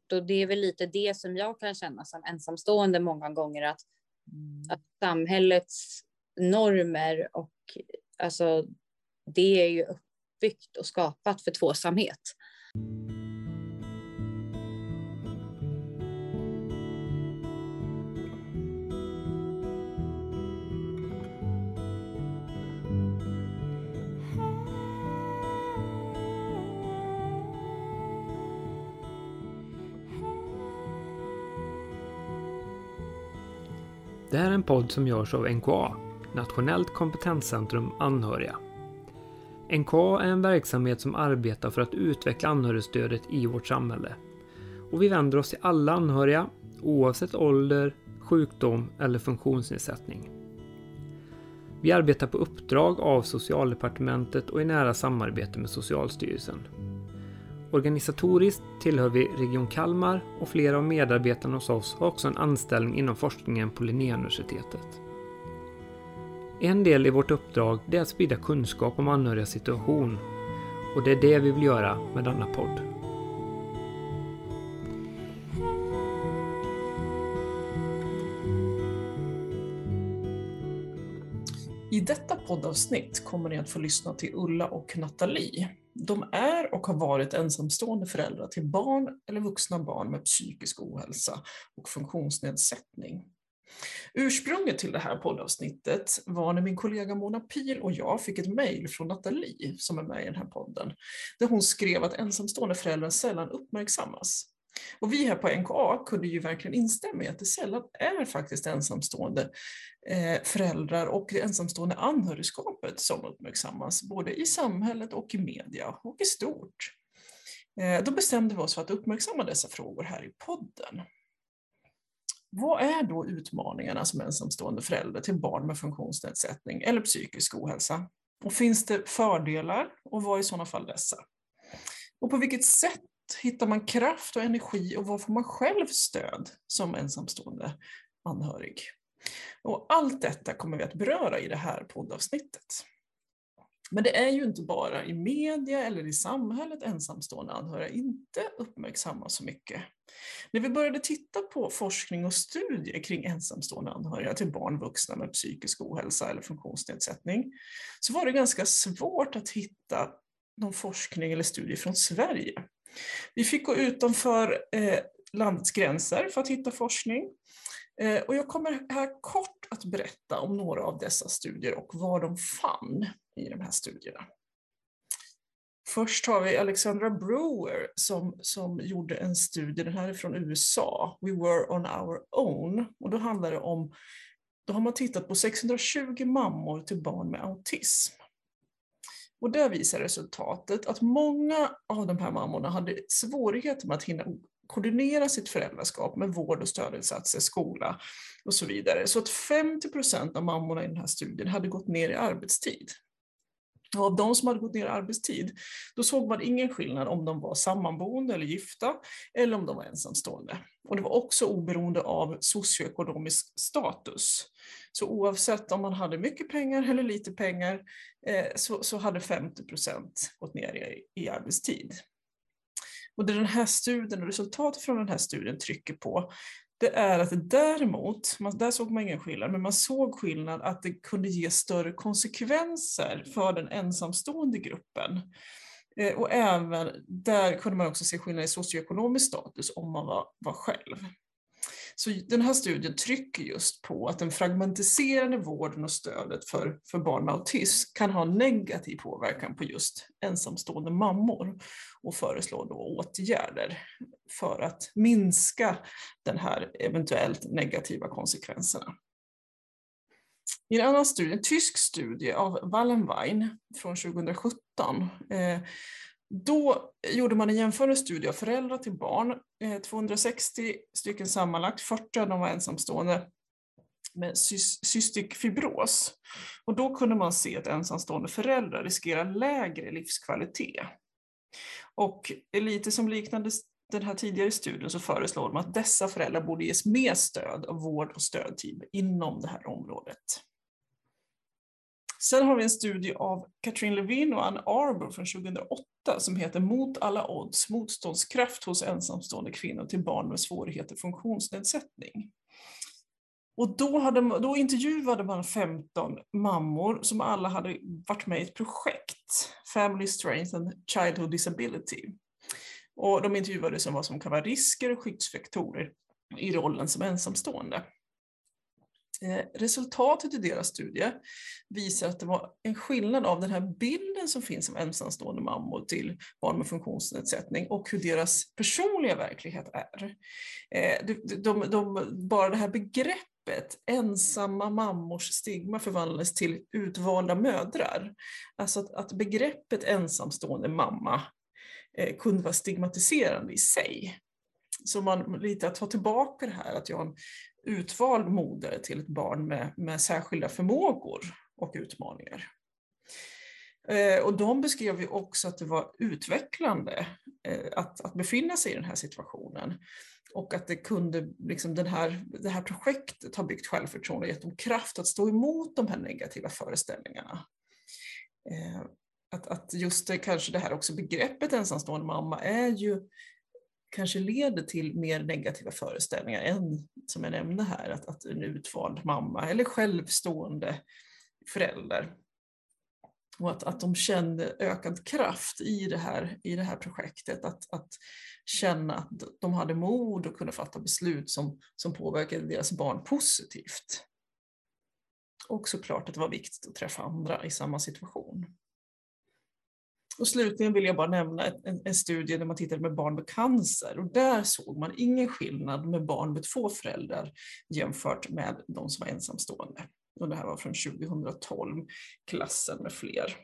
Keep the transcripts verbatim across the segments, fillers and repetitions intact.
svårt, och det är väl lite det som jag kan känna som ensamstående många gånger, att, mm. att samhällets normer och alltså det är ju uppbyggt och skapat för tvåsamhet. Det här är en podd som görs av N K A, Nationellt kompetenscentrum anhöriga. N K A är en verksamhet som arbetar för att utveckla anhörigstödet i vårt samhälle. Och vi vänder oss till alla anhöriga, oavsett ålder, sjukdom eller funktionsnedsättning. Vi arbetar på uppdrag av Socialdepartementet och i nära samarbete med Socialstyrelsen. Organisatoriskt tillhör vi Region Kalmar, och flera av medarbetarna hos oss har också en anställning inom forskningen på Linnéuniversitetet. En del i vårt uppdrag är att sprida kunskap om anhörigas situation, och det är det vi vill göra med denna podd. I detta poddavsnitt kommer ni att få lyssna till Ulla och Nathalie. De är och har varit ensamstående föräldrar till barn eller vuxna barn med psykisk ohälsa och funktionsnedsättning. Ursprunget till det här poddavsnittet var när min kollega Mona Pil och jag fick ett mejl från Nathalie, som är med i den här podden, där hon skrev att ensamstående föräldrar sällan uppmärksammas. Och vi här på N K A kunde ju verkligen instämma i att det sällan är faktiskt ensamstående eh, föräldrar och det ensamstående anhörigskapet som uppmärksammas både i samhället och i media och i stort. Eh, då bestämde vi oss för att uppmärksamma dessa frågor här i podden. Vad är då utmaningarna som ensamstående förälder till barn med funktionsnedsättning eller psykisk ohälsa? Och finns det fördelar, och vad är i sådana fall dessa? Och på vilket sätt hittar man kraft och energi, och vad får man själv stöd som ensamstående anhörig? Och allt detta kommer vi att beröra i det här poddavsnittet. Men det är ju inte bara i media eller i samhället ensamstående anhöriga inte uppmärksammas så mycket. När vi började titta på forskning och studier kring ensamstående anhöriga till barn vuxna med psykisk ohälsa eller funktionsnedsättning, så var det ganska svårt att hitta någon forskning eller studie från Sverige. Vi fick gå utanför eh, landets gränser för att hitta forskning. Eh, och jag kommer här kort att berätta om några av dessa studier och vad de fann i de här studierna. Först har vi Alexandra Brewer som, som gjorde en studie, den här är från U S A, We Were on Our Own. Och då handlar det om, då har man tittat på sexhundratjugo mammor till barn med autism. Och där visar resultatet att många av de här mammorna hade svårigheter med att hinna koordinera sitt föräldraskap med vård- och stödinsatser, skola och så vidare. Så att femtio procent av mammorna i den här studien hade gått ner i arbetstid. Och av de som hade gått ner i arbetstid, då såg man ingen skillnad om de var sammanboende eller gifta eller om de var ensamstående. Och det var också oberoende av socioekonomisk status. Så oavsett om man hade mycket pengar eller lite pengar eh, så, så hade femtio procent gått ner i, i arbetstid. Och det den här studien och resultatet från den här studien trycker på, det är att däremot, man, där såg man ingen skillnad, men man såg skillnad att det kunde ge större konsekvenser för den ensamstående gruppen. Eh, och även där kunde man också se skillnad i socioekonomisk status om man var, var själv. Så den här studien trycker just på att den fragmentiserande vården och stödet för, för barn med autism kan ha negativ påverkan på just ensamstående mammor, och föreslår då åtgärder för att minska den här eventuellt negativa konsekvenserna. I en annan studie, en tysk studie av Wallenwein från tjugohundrasjutton, eh, då gjorde man en jämförande studie av föräldrar till barn, eh, tvåhundrasextio stycken sammanlagt, fyrtio av dem var ensamstående med cystisk fibros. Och då kunde man se att ensamstående föräldrar riskerar lägre livskvalitet. Och lite som liknande den här tidigare studien så föreslår man att dessa föräldrar borde ges mer stöd av vård- och stödteam inom det här området. Sen har vi en studie av Katrin Levin och Ann Arbor från tjugohundraåtta som heter Mot alla odds, motståndskraft hos ensamstående kvinnor till barn med svårigheter och funktionsnedsättning. Och då, hade, då intervjuade man femton mammor som alla hade varit med i ett projekt, Family Strength and Childhood Disability. Och de intervjuades om vad som kan vara risker och skyddsfaktorer i rollen som ensamstående. Eh, resultatet i deras studie visar att det var en skillnad av den här bilden som finns av ensamstående mammor till barn med funktionsnedsättning och hur deras personliga verklighet är. Eh, de, de, de, bara det här begreppet ensamma mammors stigma förvandlades till utvalda mödrar. Alltså att, att begreppet ensamstående mamma eh, kunde vara stigmatiserande i sig. Så man lite att ta tillbaka det här att jag är en utvald moder till ett barn med, med särskilda förmågor och utmaningar. Eh, och de beskrev ju också att det var utvecklande eh, att, att befinna sig i den här situationen. Och att det kunde, liksom den här, det här projektet har byggt självförtroende och gett dem kraft att stå emot de här negativa föreställningarna. Eh, att, att just det, kanske det här också begreppet ensamstående mamma är ju kanske leder till mer negativa föreställningar än, som jag nämnde här, att, att en utvald mamma eller självstående förälder. Och att, att de kände ökad kraft i det här, i det här projektet, att, att känna att de hade mod och kunde fatta beslut som, som påverkade deras barn positivt. Och såklart att det var viktigt att träffa andra i samma situation. Och slutligen vill jag bara nämna en, en studie där man tittade med barn med cancer. Och där såg man ingen skillnad med barn med två föräldrar jämfört med de som var ensamstående. Och det här var från tjugohundratolv, klassen med fler.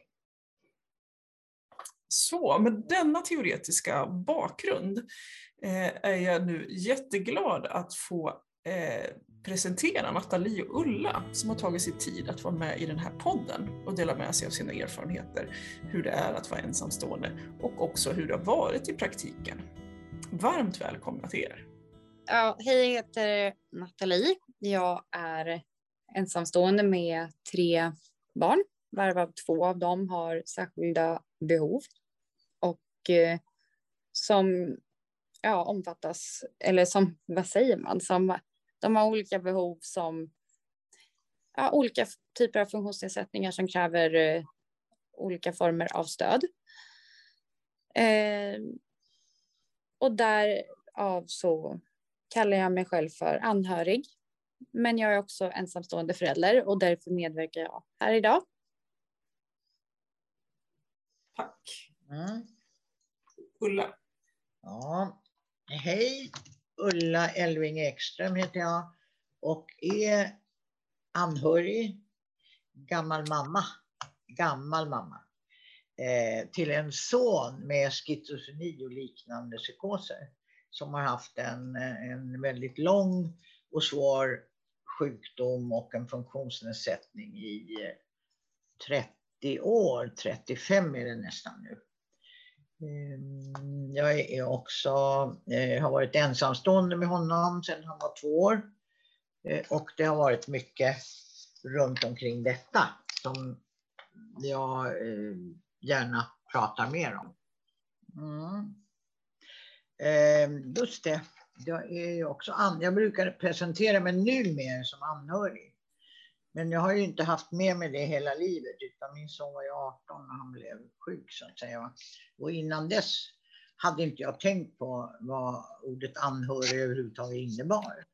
Så med denna teoretiska bakgrund eh, är jag nu jätteglad att få eh, presentera Nathalie och Ulla som har tagit sig tid att vara med i den här podden och dela med sig av sina erfarenheter, hur det är att vara ensamstående och också hur det har varit i praktiken. Varmt välkomna till er. Ja, hej, jag heter Nathalie. Jag är ensamstående med tre barn. Varav två av dem har särskilda behov och eh, som ja, omfattas, eller som, vad säger man, som de har olika behov som ja, olika typer av funktionsnedsättningar som kräver eh, olika former av stöd. Eh, och därav så kallar jag mig själv för anhörig. Men jag är också ensamstående förälder och därför medverkar jag här idag. Tack. Mm. Ulla. Ja, hej. Ulla Elving Ekström heter jag och är anhörig, gammal mamma, gammal mamma eh, till en son med schizofreni och liknande psykoser som har haft en, en väldigt lång och svår sjukdom och en funktionsnedsättning i trettio år, trettiofem är det nästan nu. Jag är också, har varit ensamstående med honom sedan han var två år. Och det har varit mycket runt omkring detta som jag gärna pratar mer om. Mm. Just det, jag är ju också an- jag brukar presentera mig nu mer som anhörig. Men jag har ju inte haft med mig det hela livet, utan min son var ju arton när han blev sjuk så att säga. Och innan dess hade inte jag tänkt på vad ordet anhörig överhuvudtaget innebar.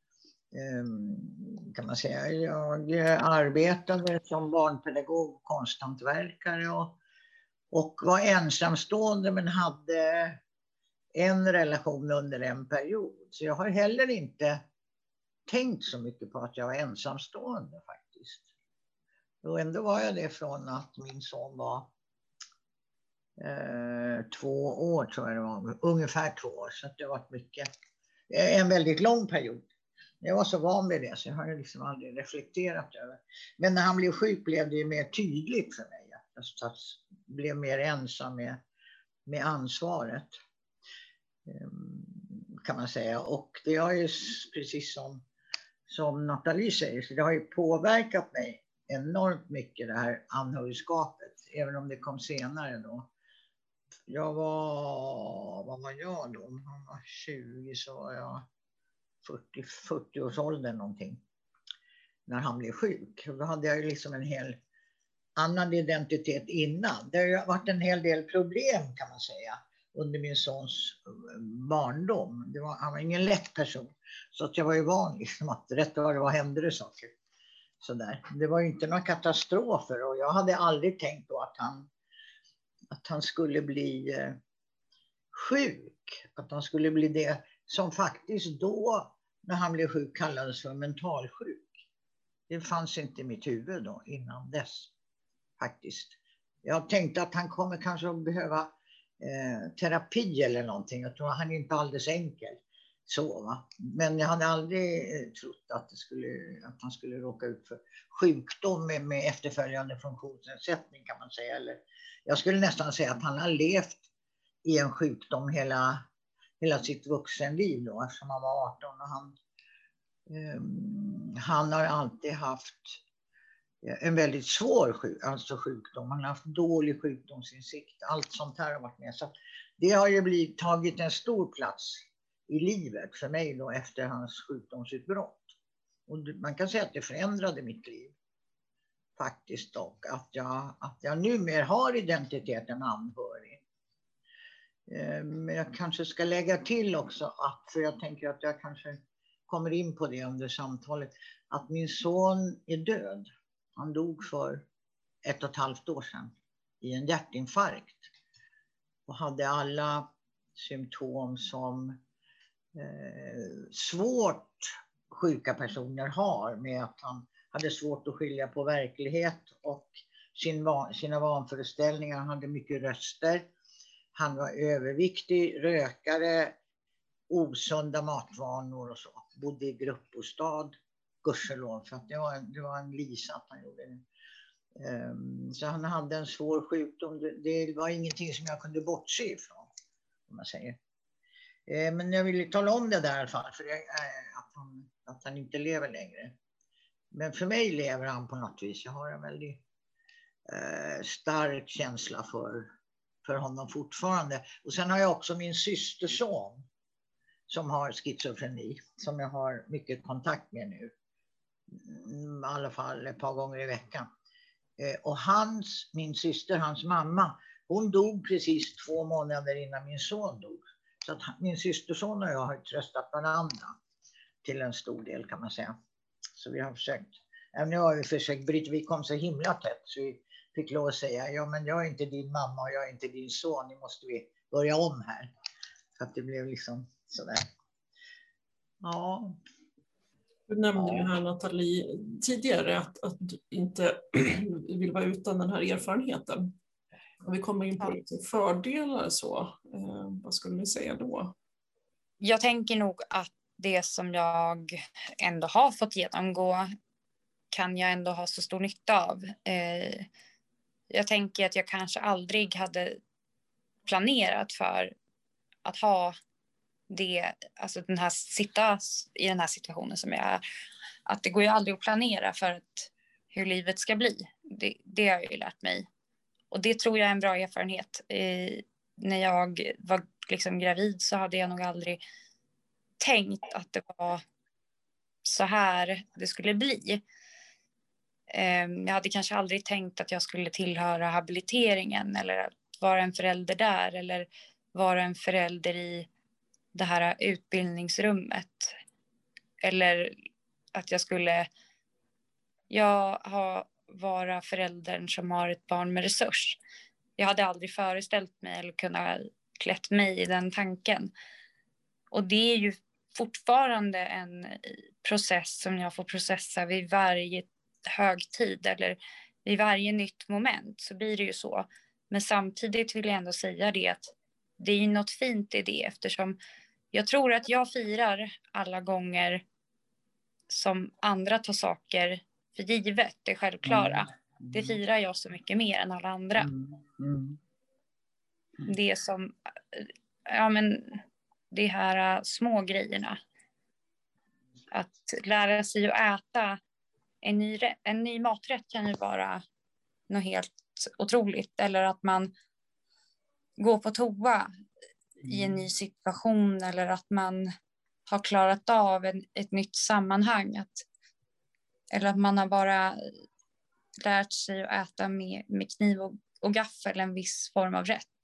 Um, kan man säga. Jag arbetade som barnpedagog, konsthantverkare och, och var ensamstående men hade en relation under en period. Så jag har heller inte tänkt så mycket på att jag var ensamstående faktiskt. Och ändå var jag det från att min son var eh, två år tror jag det var. Ungefär två år. Så att det har varit mycket. En väldigt lång period. Jag var så van vid det så jag har liksom aldrig reflekterat över. Men när han blev sjuk blev det mer tydligt för mig. Att jag blev mer ensam med, med ansvaret. Kan man säga. Och det har ju precis som som Nathalie säger, så det har ju påverkat mig enormt mycket det här anhörigskapet, även om det kom senare då. Jag var, vad var jag då? Om han var tjugo så var jag fyrtio, fyrtio-årsåldern någonting. När han blev sjuk. Då hade jag ju liksom en hel annan identitet innan. Det har ju varit en hel del problem kan man säga under min sons barndom. Det var, han var ingen lätt person. Så att jag var ju van liksom att rätt vad det var hände det saker. Sådär. Det var ju inte några katastrofer och jag hade aldrig tänkt då att han att han skulle bli eh, sjuk. Att han skulle bli det som faktiskt då när han blev sjuk kallades för mentalsjuk. Det fanns inte i mitt huvud då innan dess faktiskt. Jag tänkte att han kommer kanske att behöva eh, terapi eller någonting. Jag tror att han är inte alldeles enkel. Så, va? Men jag hade aldrig eh, trott att, det skulle, att han skulle råka ut för sjukdom med, med efterföljande funktionsnedsättning kan man säga. Eller, jag skulle nästan säga att han har levt i en sjukdom hela, hela sitt vuxenliv då, eftersom han var arton. Och han, eh, han har alltid haft en väldigt svår sjuk, alltså sjukdom. Han har haft dålig sjukdomsinsikt. Allt sånt här har varit med. Så det har ju blivit, tagit en stor plats i livet för mig då efter hans sjukdomsutbrott. Och man kan säga att det förändrade mitt liv faktiskt dock. Att jag, att jag numera har identiteten anhörig. Men jag kanske ska lägga till också att, för jag tänker att jag kanske kommer in på det under samtalet, att min son är död. Han dog för ett och ett halvt år sedan i en hjärtinfarkt. Och hade alla symptom som eh, svårt sjuka personer har. Med att han hade svårt att skilja på verklighet och sin van, sina vanföreställningar. Han hade mycket röster. Han var överviktig, rökare, osunda matvanor och så. Bodde i gruppbostad. Gudskelov, för att det var en, det var en lisa att han gjorde det. Um, så han hade en svår sjukdom. Det, det var ingenting som jag kunde bortse ifrån, om man säger. Uh, men jag ville tala om det där i alla fall, för det, uh, att, han, att han inte lever längre. Men för mig lever han på något vis. Jag har en väldigt uh, stark känsla för, för honom fortfarande. Och sen har jag också min systerson som har schizofreni, som jag har mycket kontakt med nu. I alla fall ett par gånger i veckan. Eh, och hans, min syster, hans mamma, hon dog precis två månader innan min son dog. Så att min systerson och jag har tröstat varandra till en stor del kan man säga. Så vi har försökt, även nu har vi försökt, Britt, vi kom så himla tätt så vi fick lov att säga, ja men jag är inte din mamma och jag är inte din son, nu måste vi börja om här. Så att det blev liksom sådär. Ja. Du nämnde ju här, Nathalie, tidigare att, att du inte vill vara utan den här erfarenheten. Och vi kommer in på lite fördelar så. Eh, vad skulle ni säga då? Jag tänker nog att det som jag ändå har fått genomgå kan jag ändå ha så stor nytta av. Eh, jag tänker att jag kanske aldrig hade planerat för att ha det, alltså den här, sitta i den här situationen som jag är. Att det går ju aldrig att planera för att, hur livet ska bli. Det, det har jag ju lärt mig. Och det tror jag är en bra erfarenhet. Eh, när jag var liksom gravid så hade jag nog aldrig tänkt att det var så här det skulle bli. Eh, jag hade kanske aldrig tänkt att jag skulle tillhöra habiliteringen eller att vara en förälder där eller vara en förälder i det här utbildningsrummet. Eller att jag skulle jag ha, vara föräldern som har ett barn med resurs. Jag hade aldrig föreställt mig eller kunnat klätt mig i den tanken. Och det är ju fortfarande en process som jag får processa vid varje högtid eller vid varje nytt moment, så blir det ju så. Men samtidigt vill jag ändå säga det att det är ju något fint i det, eftersom jag tror att jag firar alla gånger som andra tar saker för givet, det självklara. Mm. Mm. Det firar jag så mycket mer än alla andra. Mm. Mm. Det som, ja men, de här små grejerna. Att lära sig att äta en ny, en ny maträtt kan ju vara något helt otroligt. Eller att man går på toa i en ny situation. Eller att man har klarat av en, ett nytt sammanhang. Att, eller att man har bara lärt sig att äta med, med kniv och, och gaffel en viss form av rätt.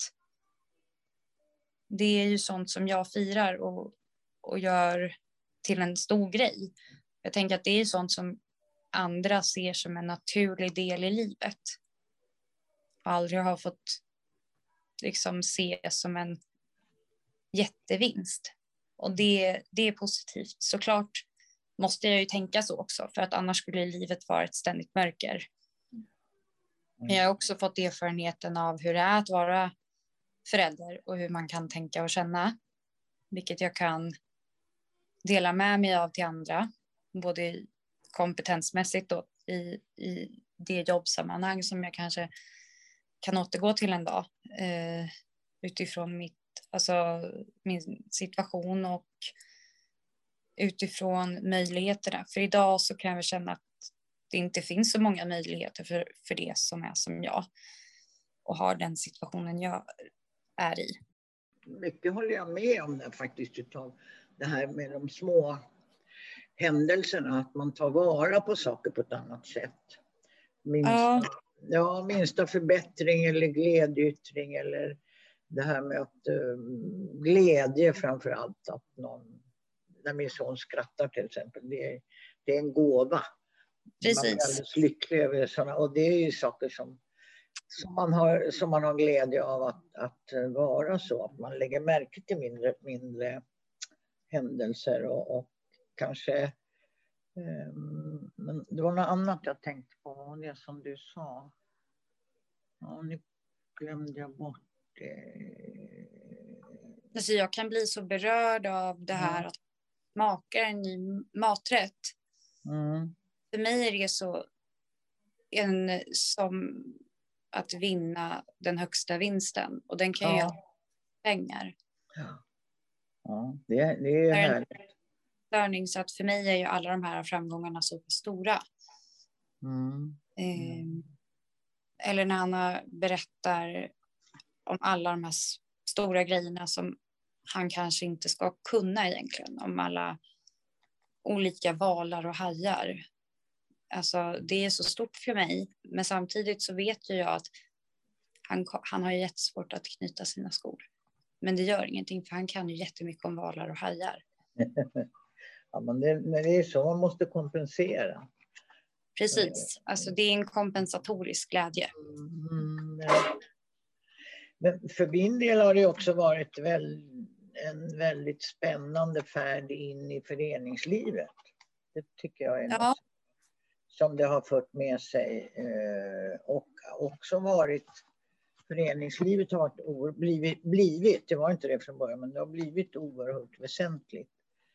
Det är ju sånt som jag firar och, och gör till en stor grej. Jag tänker att det är sånt som andra ser som en naturlig del i livet. Och aldrig har fått liksom se som en jättevinst. Och det, det är positivt. Såklart måste jag ju tänka så också. För att annars skulle livet vara ett ständigt mörker. Men jag har också fått erfarenheten av hur det är att vara förälder. Och hur man kan tänka och känna. Vilket jag kan dela med mig av till andra. Både kompetensmässigt och i, i det jobbsammanhang som jag kanske kan återgå till en dag. Eh, utifrån mitt, alltså, min situation och utifrån möjligheterna. För idag så kan jag känna att det inte finns så många möjligheter för, för det som är som jag. Och har den situationen jag är i. Mycket håller jag med om det faktiskt, utav det här med de små händelserna, att man tar vara på saker på ett annat sätt. Minsta, ja. Ja, minsta förbättring eller glädjeyttring, eller det här med att um, glädje framför allt, att någon, när min son skrattar till exempel, det är, det är en gåva. Precis. Man är alldeles lycklig över sådana, och det är ju saker som Som man, har, som man har glädje av att, att vara så. Att man lägger märke till mindre, mindre händelser. Och, och kanske... Um, men det var något annat jag tänkte på. Det som du sa. Ja, nu glömde jag bort det. Alltså jag kan bli så berörd av det här. Mm. Att smaka en ny maträtt. Mm. För mig är det så... En som... att vinna den högsta vinsten. Och den kan ju ja. ha pengar. Ja, ja det, det är ju härligt. Störning, så att för mig är ju alla de här framgångarna så stora. Mm. Mm. Eh, eller när han berättar om alla de här stora grejerna som han kanske inte ska kunna egentligen. Om alla olika valar och hajar. Alltså det är så stort för mig. Men samtidigt så vet ju jag att han, han har jättesvårt att knyta sina skor. Men det gör ingenting, för han kan ju jättemycket om valar och hajar. Ja, men det, men det är så man måste kompensera. Precis, alltså det är en kompensatorisk glädje. Mm, ja. Men för min del har det också varit väl, en väldigt spännande färd in i föreningslivet. Det tycker jag är ja. något som det har fört med sig, och också varit, föreningslivet har varit, blivit, blivit, det var inte det från början, men det har blivit oerhört väsentligt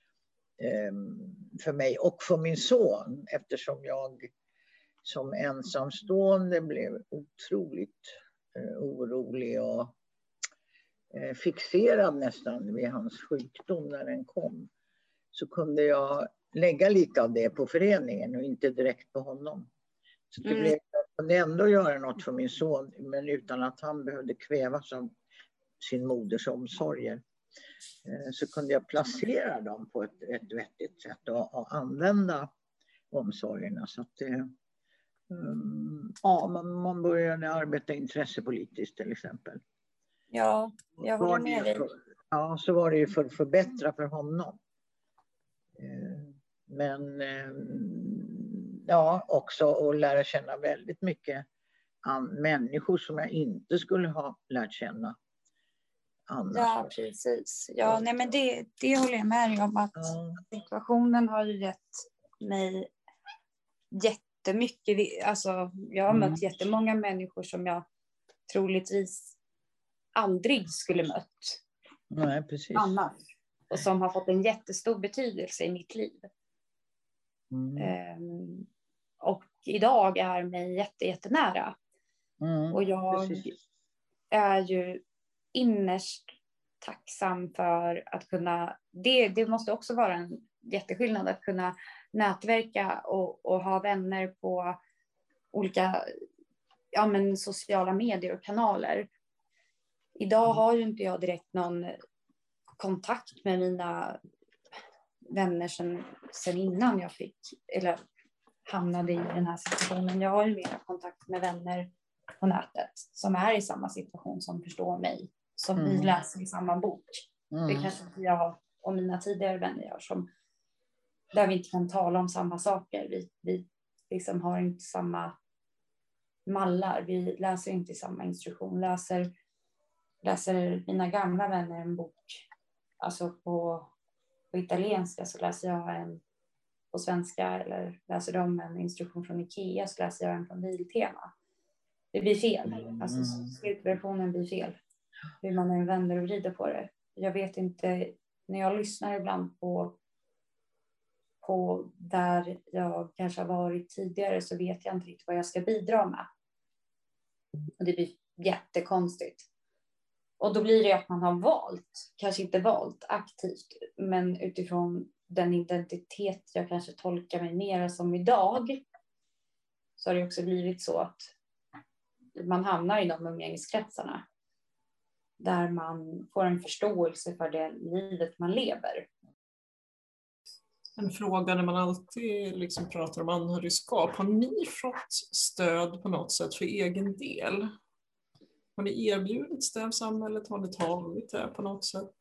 för mig och för min son, eftersom jag som ensamstående blev otroligt orolig och fixerad nästan vid hans sjukdom när den kom. Så kunde jag lägga lite av det på föreningen och inte direkt på honom. Så det mm. blev, jag kunde ändå göra något för min son, men utan att han behövde kvävas av sin moders omsorger. Så kunde jag placera dem på ett, ett vettigt sätt och, och använda omsorgerna. Så att det, um, ja, man, man började arbeta intressepolitiskt till exempel. Ja, jag håller med dig. Ja, så var det ju för att förbättra för honom. Men ja, också att lära känna väldigt mycket människor som jag inte skulle ha lärt känna annars. Ja, precis. Ja, nej, men det, det håller jag med dig om, att ja. situationen har ju gett mig jättemycket. Alltså, jag har mm. mött jättemånga människor som jag troligtvis aldrig skulle mött. Nej, precis. Annars. Och som har fått en jättestor betydelse i mitt liv. Mm. Um, och idag är mig jätte, jättenära. Mm, och jag precis. är ju innerst tacksam för att kunna... Det, det måste också vara en jätteskillnad att kunna nätverka och, och ha vänner på olika ja, men sociala medier och kanaler. Idag har ju inte jag direkt någon kontakt med mina vänner sen, sen innan jag fick eller hamnade i den här situationen. Jag har ju mer kontakt med vänner på nätet som är i samma situation, som förstår mig, som mm. vi läser i samma bok. Mm. Det kanske inte jag och mina tidigare vänner gör, som där vi inte kan tala om samma saker. Vi, vi liksom har inte samma mallar. Vi läser inte i samma instruktion. Läser, läser mina gamla vänner en bok alltså på, på italienska, så läser jag en på svenska, eller läser de en instruktion från Ikea, så läser jag en från Biltema. Det blir fel. Alltså skriftversionen blir fel. Hur man än vänder och vrider på det. Jag vet inte, när jag lyssnar ibland på på där jag kanske har varit tidigare, så vet jag inte riktigt vad jag ska bidra med. Och det blir jättekonstigt. Och då blir det att man har valt, kanske inte valt aktivt, men utifrån den identitet jag kanske tolkar mig mer som idag, så har det också blivit så att man hamnar i de umgängeskretsarna där man får en förståelse för det livet man lever. En fråga när man alltid liksom pratar om anhörigskap. Har ni fått stöd på något sätt för egen del? Har ni erbjudit det av samhället? Har ni tagit det på något sätt?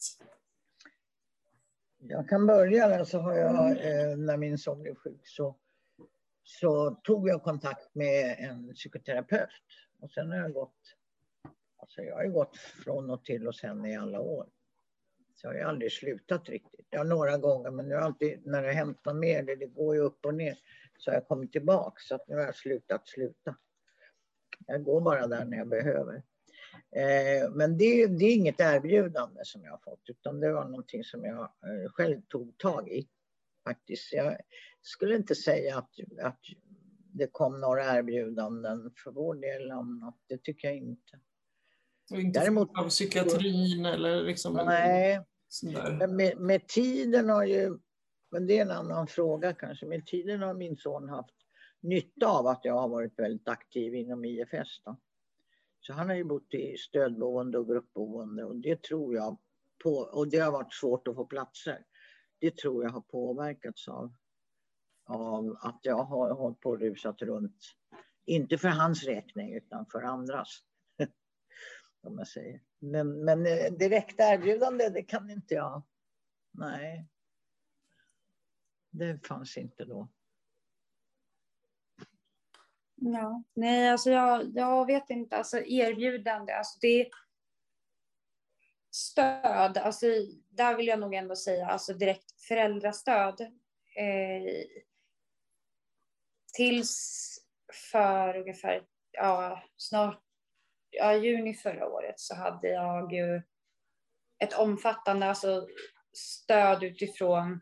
Jag kan börja där, så har jag, eh, när min son blev sjuk så, så tog jag kontakt med en psykoterapeut. Och sen har jag gått, alltså jag har gått från och till och sen i alla år. Så jag har aldrig slutat riktigt. Jag har några gånger, men nu alltid när det har hänt något mer, det går ju upp och ner, så har jag kommit tillbaka. Så att nu har jag slutat sluta. Jag går bara där när jag behöver. Eh, men det, det är inget erbjudande som jag har fått, utan det var någonting som jag eh, själv tog tag i. Faktiskt. Jag skulle inte säga att, att det kom några erbjudanden för vår del om något. Det tycker jag inte. Och inte Däremot, av psykiatrin eller liksom... Nej, men med, med tiden har ju... Men det är en annan fråga kanske. Med tiden har min son haft nytta av att jag har varit väldigt aktiv inom I F S då. Så han har ju bott i stödboende och gruppboende, och det tror jag på, och det har varit svårt att få platser. Det tror jag har påverkats av, av att jag har hållit på och rusat runt. Inte för hans räkning utan för andras. Om jag säger. Men, men direkt erbjudande, det kan inte jag. Nej. Det fanns inte då. Ja, nej, alltså jag, jag vet inte, alltså erbjudande, alltså det är stöd, alltså där vill jag nog ändå säga, alltså direkt föräldrastöd. Eh, tills för ungefär, ja, snart, ja, juni förra året så hade jag ju ett omfattande, alltså stöd utifrån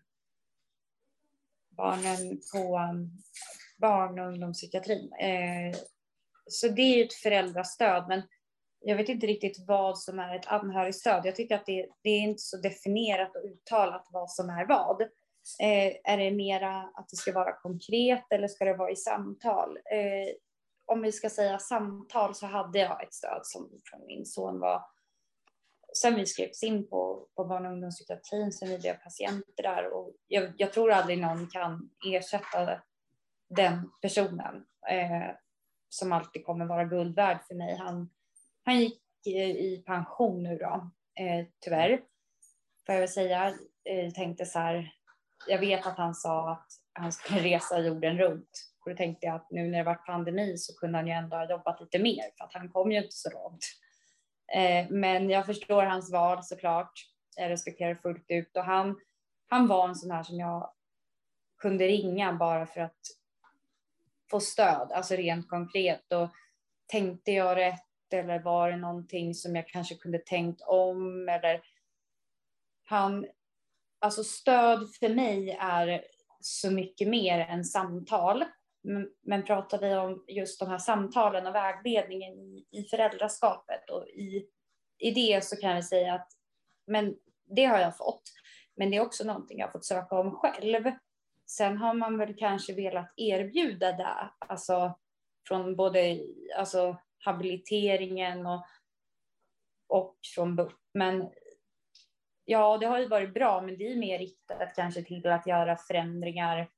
barnen på barn- och ungdomspsykiatrin. Eh, så det är ju ett föräldrastöd, men jag vet inte riktigt vad som är ett anhörigstöd. Jag tycker att det, det är inte så definierat och uttalat vad som är vad. Eh, är det mera att det ska vara konkret eller ska det vara i samtal? Eh, om vi ska säga samtal, så hade jag ett stöd som från min son var, sen vi skrevs in på, på barn- och ungdomspsykiatrin, sen vi blev patienter där, och jag, jag tror aldrig någon kan ersätta den personen eh, som alltid kommer vara guld värd för mig. Han, han gick eh, i pension nu då, eh, tyvärr. Får jag väl säga, eh, tänkte så här, jag vet att han sa att han skulle resa jorden runt. Och då tänkte jag att nu när det var pandemi så kunde han ju ändå ha jobbat lite mer, för att han kom ju inte så långt. Eh, men jag förstår hans val såklart. Jag respekterar fullt ut. Och han, han var en sån här som jag kunde ringa bara för att få stöd, alltså rent konkret. Och tänkte jag rätt, eller var det någonting som jag kanske kunde tänkt om, eller han, alltså stöd för mig är så mycket mer än samtal. Men, men pratar vi om just de här samtalen och vägledningen i, i föräldraskapet och i, i det, så kan jag säga att men det har jag fått. Men det är också någonting jag har fått söka om själv. Sen har man väl kanske velat erbjuda det. Alltså från både alltså, habiliteringen och, och från B U P. Men ja, det har ju varit bra. Men det är mer riktat kanske till att göra förändringar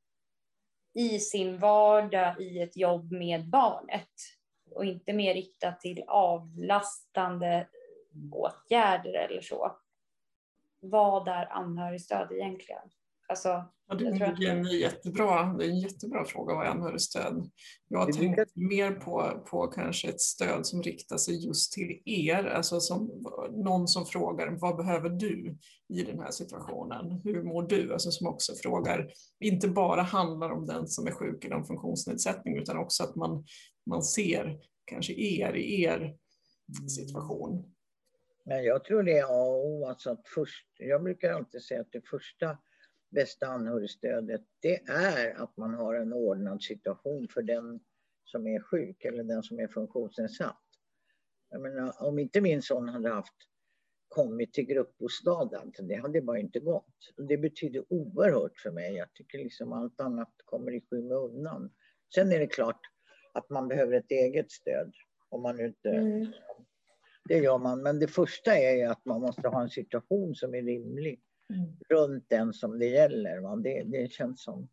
i sin vardag i ett jobb med barnet. Och inte mer riktat till avlastande åtgärder eller så. Vad är anhörigstöd egentligen? Alltså, ja, det, jag tror att... är en jättebra, det är en jättebra fråga, vad är anhörigstöd? Jag har tänkt brukar... mer på, på kanske ett stöd som riktar sig just till er. Alltså som, någon som frågar, vad behöver du i den här situationen? Hur mår du? Alltså som också frågar, inte bara handlar om den som är sjuk eller en funktionsnedsättning, utan också att man, man ser kanske er i er situation. Men jag tror det är A och O. Alltså att först, jag brukar alltid säga att det första bästa anhörigstödet, det är att man har en ordnad situation för den som är sjuk eller den som är funktionsnedsatt. Jag menar, om inte min son hade haft kommit till gruppbostaden, det hade bara inte gått. Det betyder oerhört för mig. Jag tycker liksom allt annat kommer i skymundan. Sen är det klart att man behöver ett eget stöd. Om man inte... Mm. Det gör man. Men det första är ju att man måste ha en situation som är rimlig. Mm. Runt den som det gäller. Va? Det, det känns som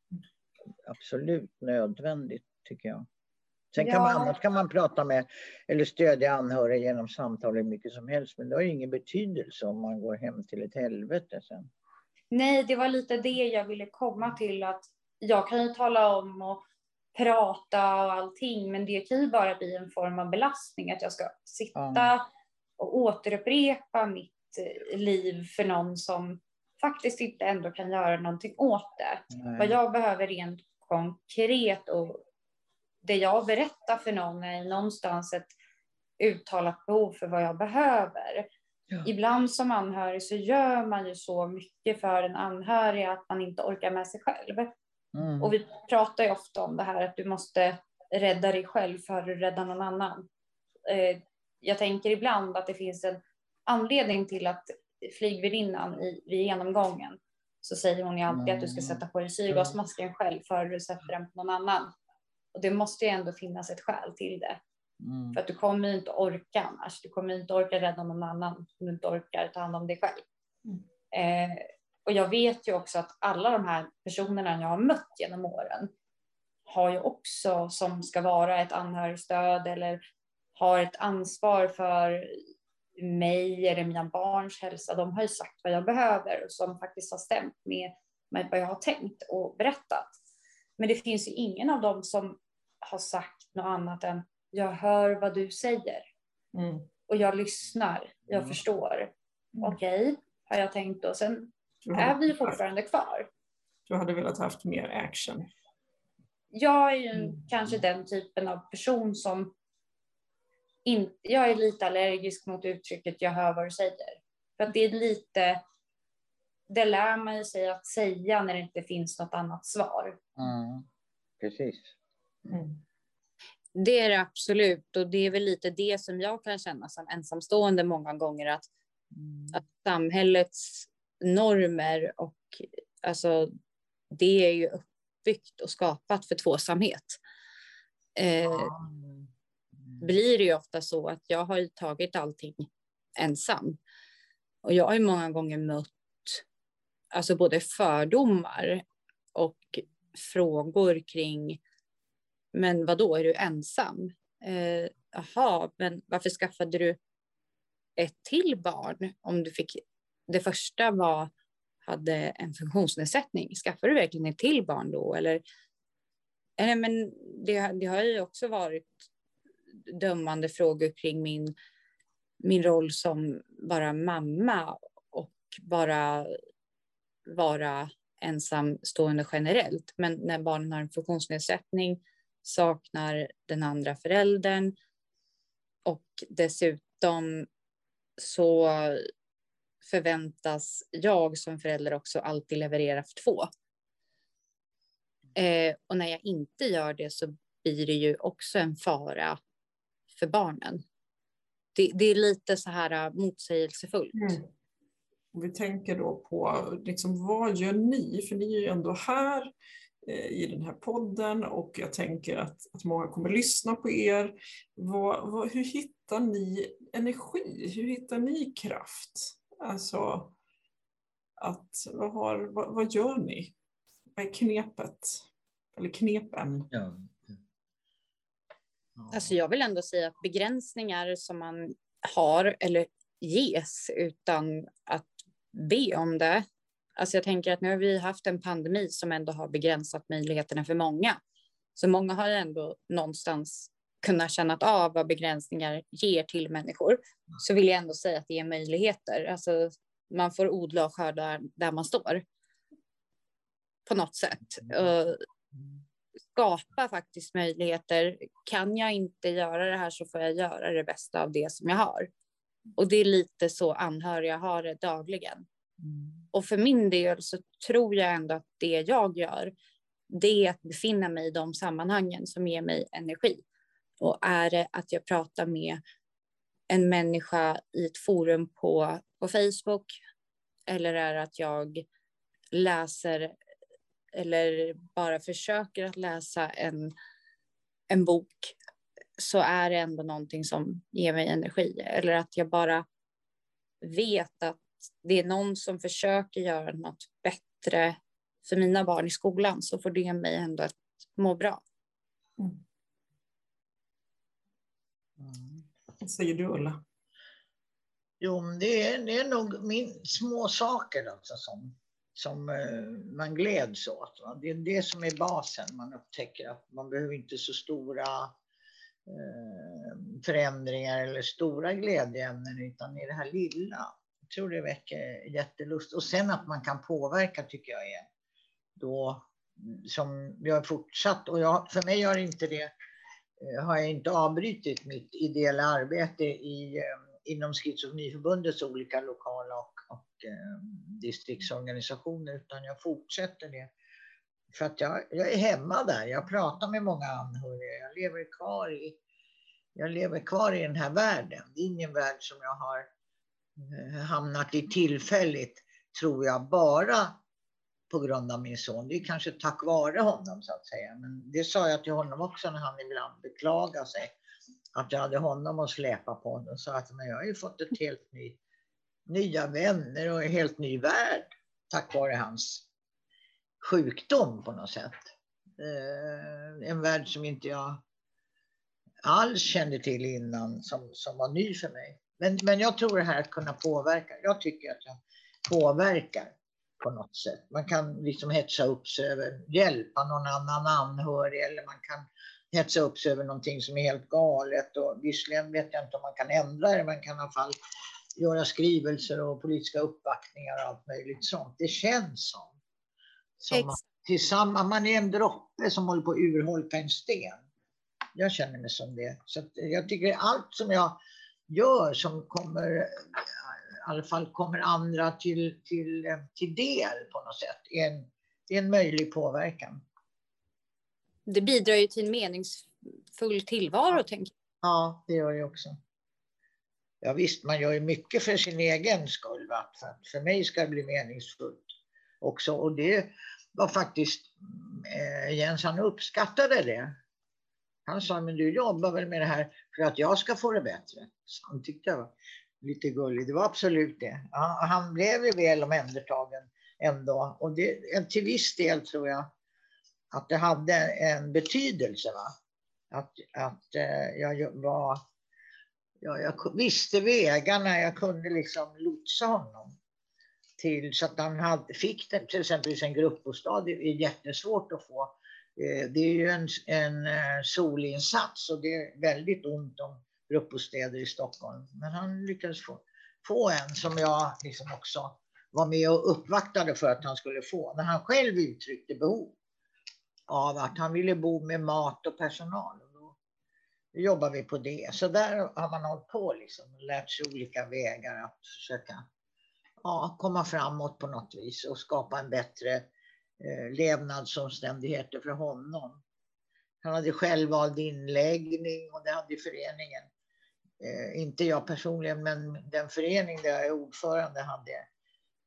absolut nödvändigt, tycker jag. Sen kan ja. man, annars kan man prata med eller stödja anhöriga genom samtal hur mycket som helst. Men det har ju ingen betydelse om man går hem till ett helvete sen. Nej, det var lite det jag ville komma till. Att jag kan ju tala om och prata och allting. Men det kan ju bara bli en form av belastning. Att jag ska sitta ja. och återupprepa mitt liv för någon som faktiskt inte ändå kan göra någonting åt det. Nej. Vad jag behöver rent konkret och det jag berättar för någon är någonstans ett uttalat behov för vad jag behöver. Ja. Ibland som anhörig så gör man ju så mycket för en anhörig att man inte orkar med sig själv. Mm. Och vi pratar ju ofta om det här att du måste rädda dig själv för att rädda någon annan. Eh, jag tänker ibland att det finns en anledning till att flygvärdinnan i, vid genomgången så säger hon ju alltid mm. att du ska sätta på dig syrgasmasken själv för att du sätter den på någon annan. Och det måste ju ändå finnas ett skäl till det. Mm. För att du kommer inte orka annars. Du kommer inte orka rädda någon annan om du inte orkar ta hand om dig själv. Mm. Eh, och jag vet ju också att alla de här personerna jag har mött genom åren har ju också som ska vara ett anhörigstöd eller har ett ansvar för mig eller mina barns hälsa. De har ju sagt vad jag behöver och som faktiskt har stämt med, med vad jag har tänkt och berättat. Men det finns ju ingen av dem som har sagt något annat än jag hör vad du säger. Mm. Och jag lyssnar. Jag mm. förstår. Mm. Okej, okay, har jag tänkt då. Sen är vi fortfarande haft, kvar. Du hade velat haft mer action. Jag är ju mm. kanske den typen av person som inte, jag är lite allergisk mot uttrycket jag hör vad du säger. För att det är lite, det lär man sig att säga när det inte finns något annat svar. Mm. Precis. Mm. Det är det absolut. Och det är väl lite det som jag kan känna som ensamstående många gånger. Att, mm. att samhällets normer och alltså det är ju uppbyggt och skapat för tvåsamhet. Eh, mm. Blir det ju ofta så att jag har tagit allting ensam. Och jag har ju många gånger mött alltså både fördomar och frågor kring men vad då är du ensam? Eh, aha, men varför skaffade du ett till barn om du fick det första var hade en funktionsnedsättning? Skaffade du verkligen ett till barn då eller eller men det, det har ju också varit dömande frågor kring min min roll som bara mamma och bara vara ensamstående generellt. Men när barnen har en funktionsnedsättning saknar den andra föräldern och dessutom så förväntas jag som förälder också alltid leverera för två. Eh, och när jag inte gör det så blir det ju också en fara för barnen. Det, det är lite så här motsägelsefullt. Mm. Om vi tänker då på liksom, vad gör ni? För ni är ju ändå här eh, i den här podden och jag tänker att, att många kommer lyssna på er. Vad, vad, hur hittar ni energi? Hur hittar ni kraft? Alltså, att, vad, har, vad, vad gör ni? Vad är knepet? Eller knepen? Ja. Alltså jag vill ändå säga att begränsningar som man har eller ges utan att be om det. Alltså jag tänker att nu har vi haft en pandemi som ändå har begränsat möjligheterna för många. Så många har ändå någonstans kunnat känna av vad begränsningar ger till människor. Så vill jag ändå säga att det är möjligheter. Alltså man får odla och skörda där man står. På något sätt. Uh, skapa faktiskt möjligheter. Kan jag inte göra det här så får jag göra det bästa av det som jag har. Och det är lite så anhöriga har det dagligen. Mm. Och för min del så tror jag ändå att det jag gör, det är att befinna mig i de sammanhangen som ger mig energi. Och är det att jag pratar med en människa i ett forum på, på Facebook, eller är det att jag läser eller bara försöker att läsa en, en bok, så är det ändå någonting som ger mig energi. Eller att jag bara vet att det är någon som försöker göra något bättre för mina barn i skolan, så får det mig ändå att må bra. Mm. Mm. Vad säger du, Ulla? Jo, det är, det är nog min, små saker alltså som, som eh, man gläds åt. Va? Det är det som är basen. Man upptäcker att man behöver inte så stora eh, förändringar eller stora glädjeämnen, utan i det här lilla. Jag tror det väcker jättelust. Och sen att man kan påverka tycker jag är då som jag har fortsatt. Och jag, för mig har inte det har jag inte avbrytit mitt ideella arbete i, inom Schizofreniförbundets olika lokala och, och eh, distriktsorganisationer, utan jag fortsätter det. För att jag, jag är hemma där, jag pratar med många anhöriga, jag lever kvar i, jag lever kvar i den här världen. Det är ingen värld som jag har eh, hamnat i tillfälligt, tror jag, bara på grund av min son. Det är kanske tack vare honom så att säga. Men det sa jag till honom också när han ibland beklagade sig. Att jag hade honom att släpa på honom. Och sa att men jag har ju fått ett helt ny, nya vänner och en helt ny värld. Tack vare hans sjukdom på något sätt. Eh, en värld som inte jag alls kände till innan. Som, som var ny för mig. Men, men jag tror det här att kunna påverka. Jag tycker att jag påverkar. På något sätt. Man kan liksom hetsa upp sig över, hjälpa någon annan anhörig, eller man kan hetsa upp sig över någonting som är helt galet. Och visserligen vet jag inte om man kan ändra det, man kan i alla fall göra skrivelser och politiska uppvaktningar och allt möjligt sånt. Det känns som. som man, tillsammans, man är en droppe som håller på att urholka en sten. Jag känner mig som det. Så att jag tycker allt som jag gör som kommer... i alla fall kommer andra till, till, till del på något sätt. Det är en, det är en möjlig påverkan. Det bidrar ju till en meningsfull tillvaro, ja. tänker jag. Ja, det gör det också. Ja visst, man gör ju mycket för sin egen skull. Va? För, för mig ska det bli meningsfullt också. Och det var faktiskt, eh, Jens han uppskattade det. Han sa, men du jobbar väl med det här för att jag ska få det bättre. Så han tyckte jag var lite gullig. Det var absolut det. Ja, han blev ju väl omhändertagen ändå. Och det, till viss del tror jag att det hade en betydelse. Va? Att, att eh, jag var... Ja, jag visste vägarna. Jag kunde liksom lotsa honom. Till, så att han hade, fick det, till exempel en gruppbostad. Det är jättesvårt att få. Eh, det är ju en, en eh, solinsats. Och det är väldigt ont om gruppbostäder i Stockholm. Men han lyckades få, få en som jag liksom också var med och uppvaktade för att han skulle få. När han själv uttryckte behov av att han ville bo med mat och personal. Och då, då jobbar vi på det. Så där har man hållit på liksom, och lärt sig olika vägar att försöka ja, komma framåt på något vis. Och skapa en bättre eh, levnadsomständigheter för honom. Han hade självvald inläggning och det hade föreningen. Eh, inte jag personligen, men den förening där jag är ordförande hade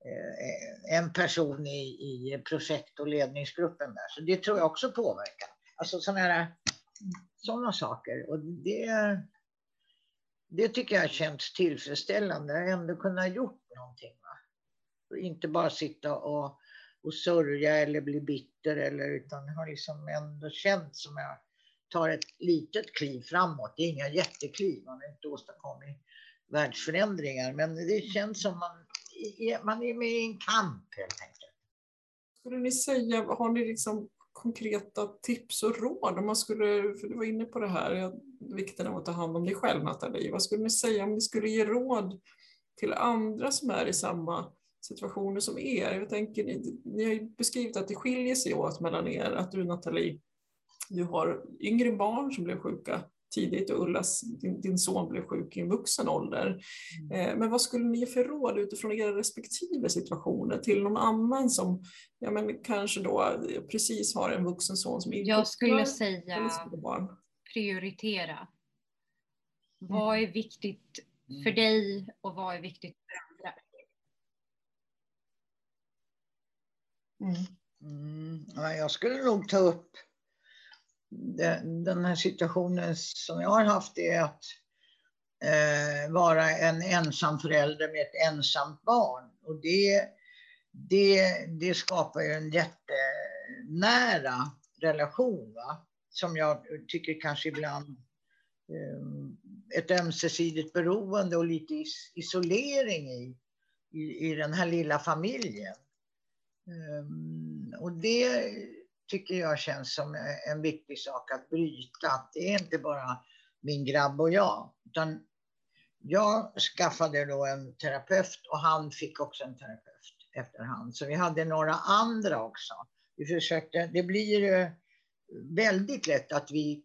en person i, i projekt- och ledningsgruppen där. Så det tror jag också påverkar. Alltså sådana här, sådana saker. Och det, det tycker jag känns tillfredsställande. Jag har ändå kunnat gjort någonting. Va? Och inte bara sitta och, och sörja eller bli bitter. Eller, utan jag har liksom ändå känt som jag tar ett litet kliv framåt. Det är inga jättekliv. Man har inte åstadkommit världsförändringar. Men det känns som man, man är med i en kamp helt enkelt. Skulle ni säga, har ni liksom konkreta tips och råd om man skulle, för du var inne på det här, vikten av att ta hand om dig själv, Nathalie. Vad skulle ni säga om ni skulle ge råd till andra som är i samma situationer som er? Jag tänker, ni, ni har ju beskrivit att det skiljer sig åt mellan er, att du, Nathalie, du har yngre barn som blev sjuka tidigt och Ullas, din, din son, blev sjuk i en vuxen ålder. Mm. Eh, men vad skulle ni ge för råd utifrån era respektive situationer till någon annan som ja, men kanske då precis har en vuxen son som inte... Jag skulle säga prioritera. Mm. Vad är viktigt för dig och vad är viktigt för andra? Mm. Mm. Ja, jag skulle nog ta upp den här situationen som jag har haft, är att eh, vara en ensam förälder med ett ensamt barn. Och det, det, det skapar ju en jättenära relation, va? Som jag tycker kanske ibland eh, ett ömsesidigt beroende och lite is- isolering i, i, i den här lilla familjen. Eh, och det tycker jag känns som en viktig sak att bryta. Att det är inte bara min grabb och jag. Utan jag skaffade då en terapeut och han fick också en terapeut efterhand. Så vi hade några andra också. Vi försökte, det blir väldigt lätt att vi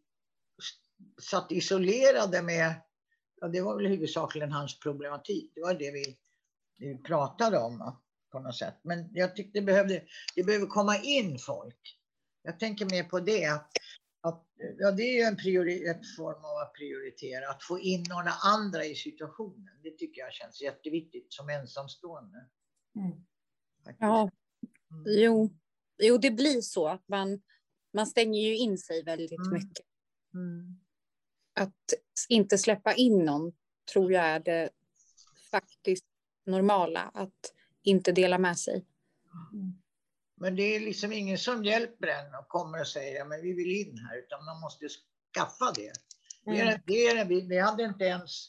satt isolerade med, ja, det var väl huvudsakligen hans problematik. Det var det vi, vi pratade om på något sätt. Men jag tyckte det behövde, det behöver komma in folk. Jag tänker mer på det, att ja, det är ju en priori- ett form av att prioritera, att få in några andra i situationen. Det tycker jag känns jätteviktigt som ensamstående. Mm. Ja, mm. jo. jo, det blir så att man, man stänger ju in sig väldigt mm. mycket. Mm. Att inte släppa in någon tror jag är det faktiskt normala, att inte dela med sig. Mm. Men det är liksom ingen som hjälper en och kommer och säger att ja, vi vill in här, utan man måste skaffa det. Mm. det, är, det är, vi, vi, hade inte ens,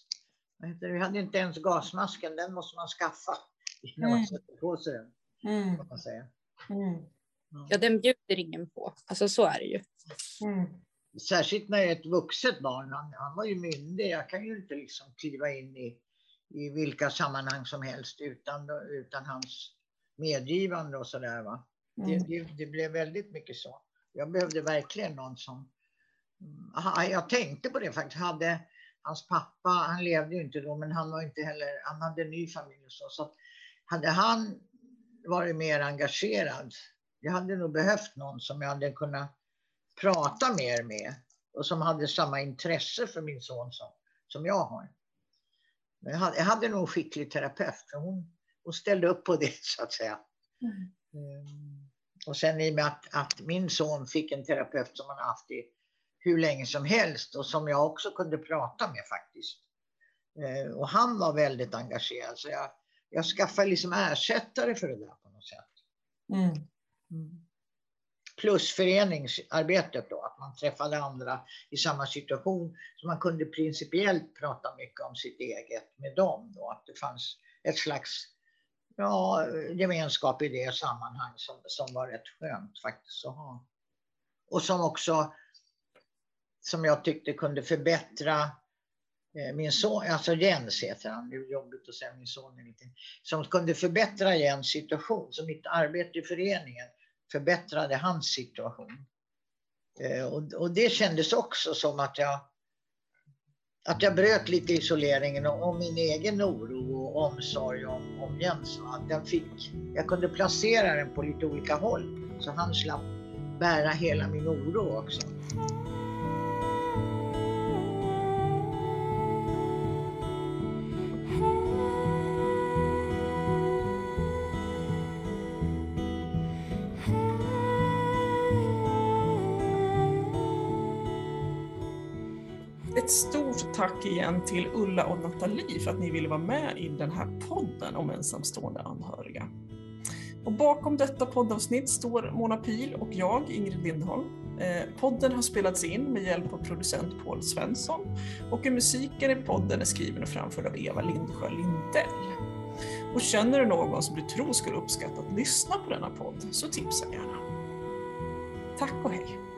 vi hade inte ens gasmasken, den måste man skaffa innan mm. man sätter på sig den. Mm. Kan man säga. Mm. Ja, den bjuder ingen på. Alltså så är det ju. Mm. Särskilt när ett vuxet barn, han, han var ju myndig. Jag kan ju inte liksom kliva in i, i vilka sammanhang som helst utan, utan hans medgivande och sådär, va. Mm. Det, det, det blev väldigt mycket så. Jag behövde verkligen någon som... Aha, jag tänkte på det faktiskt. Hade hans pappa, han levde ju inte då, men han var inte heller... Han hade en ny familj och så. Så hade han varit mer engagerad, jag hade nog behövt någon som jag hade kunnat prata mer med. Och som hade samma intresse för min son som, som jag har. Men jag hade, jag hade nog en skicklig terapeut. För hon, hon ställde upp på det, så att säga. Mm. Mm. Och sen i och med att, att min son fick en terapeut som han haft i hur länge som helst och som jag också kunde prata med faktiskt. Eh, och han var väldigt engagerad, så jag, jag skaffade liksom ersättare för det där på något sätt. Mm. Mm. Plus föreningsarbetet då, att man träffade andra i samma situation, så man kunde principiellt prata mycket om sitt eget med dem då, att det fanns ett slags ja, gemenskap i det sammanhang som, som var rätt skönt faktiskt att ha. Och som också, som jag tyckte kunde förbättra eh, min son, alltså Jens heter han, det är jobbigt att säga min son är lite, som kunde förbättra Jens situation, så mitt arbete i föreningen förbättrade hans situation. Eh, och, och det kändes också som att jag Att jag bröt lite isoleringen och, och min egen oro och omsorg om, om Jens. Att jag, fick, jag kunde placera den på lite olika håll. Så han slapp bära hela min oro också. ett stort tack igen till Ulla och Nathalie för att ni ville vara med i den här podden om ensamstående anhöriga. Och bakom detta poddavsnitt står Mona Pil och jag, Ingrid Lindholm. Eh, podden har spelats in med hjälp av producent Paul Svensson och musiken i podden är skriven och framförd av Eva Lindsjö Lindell. Och känner du någon som du tror skulle uppskatta att lyssna på denna podd så tipsa gärna. Tack och hej!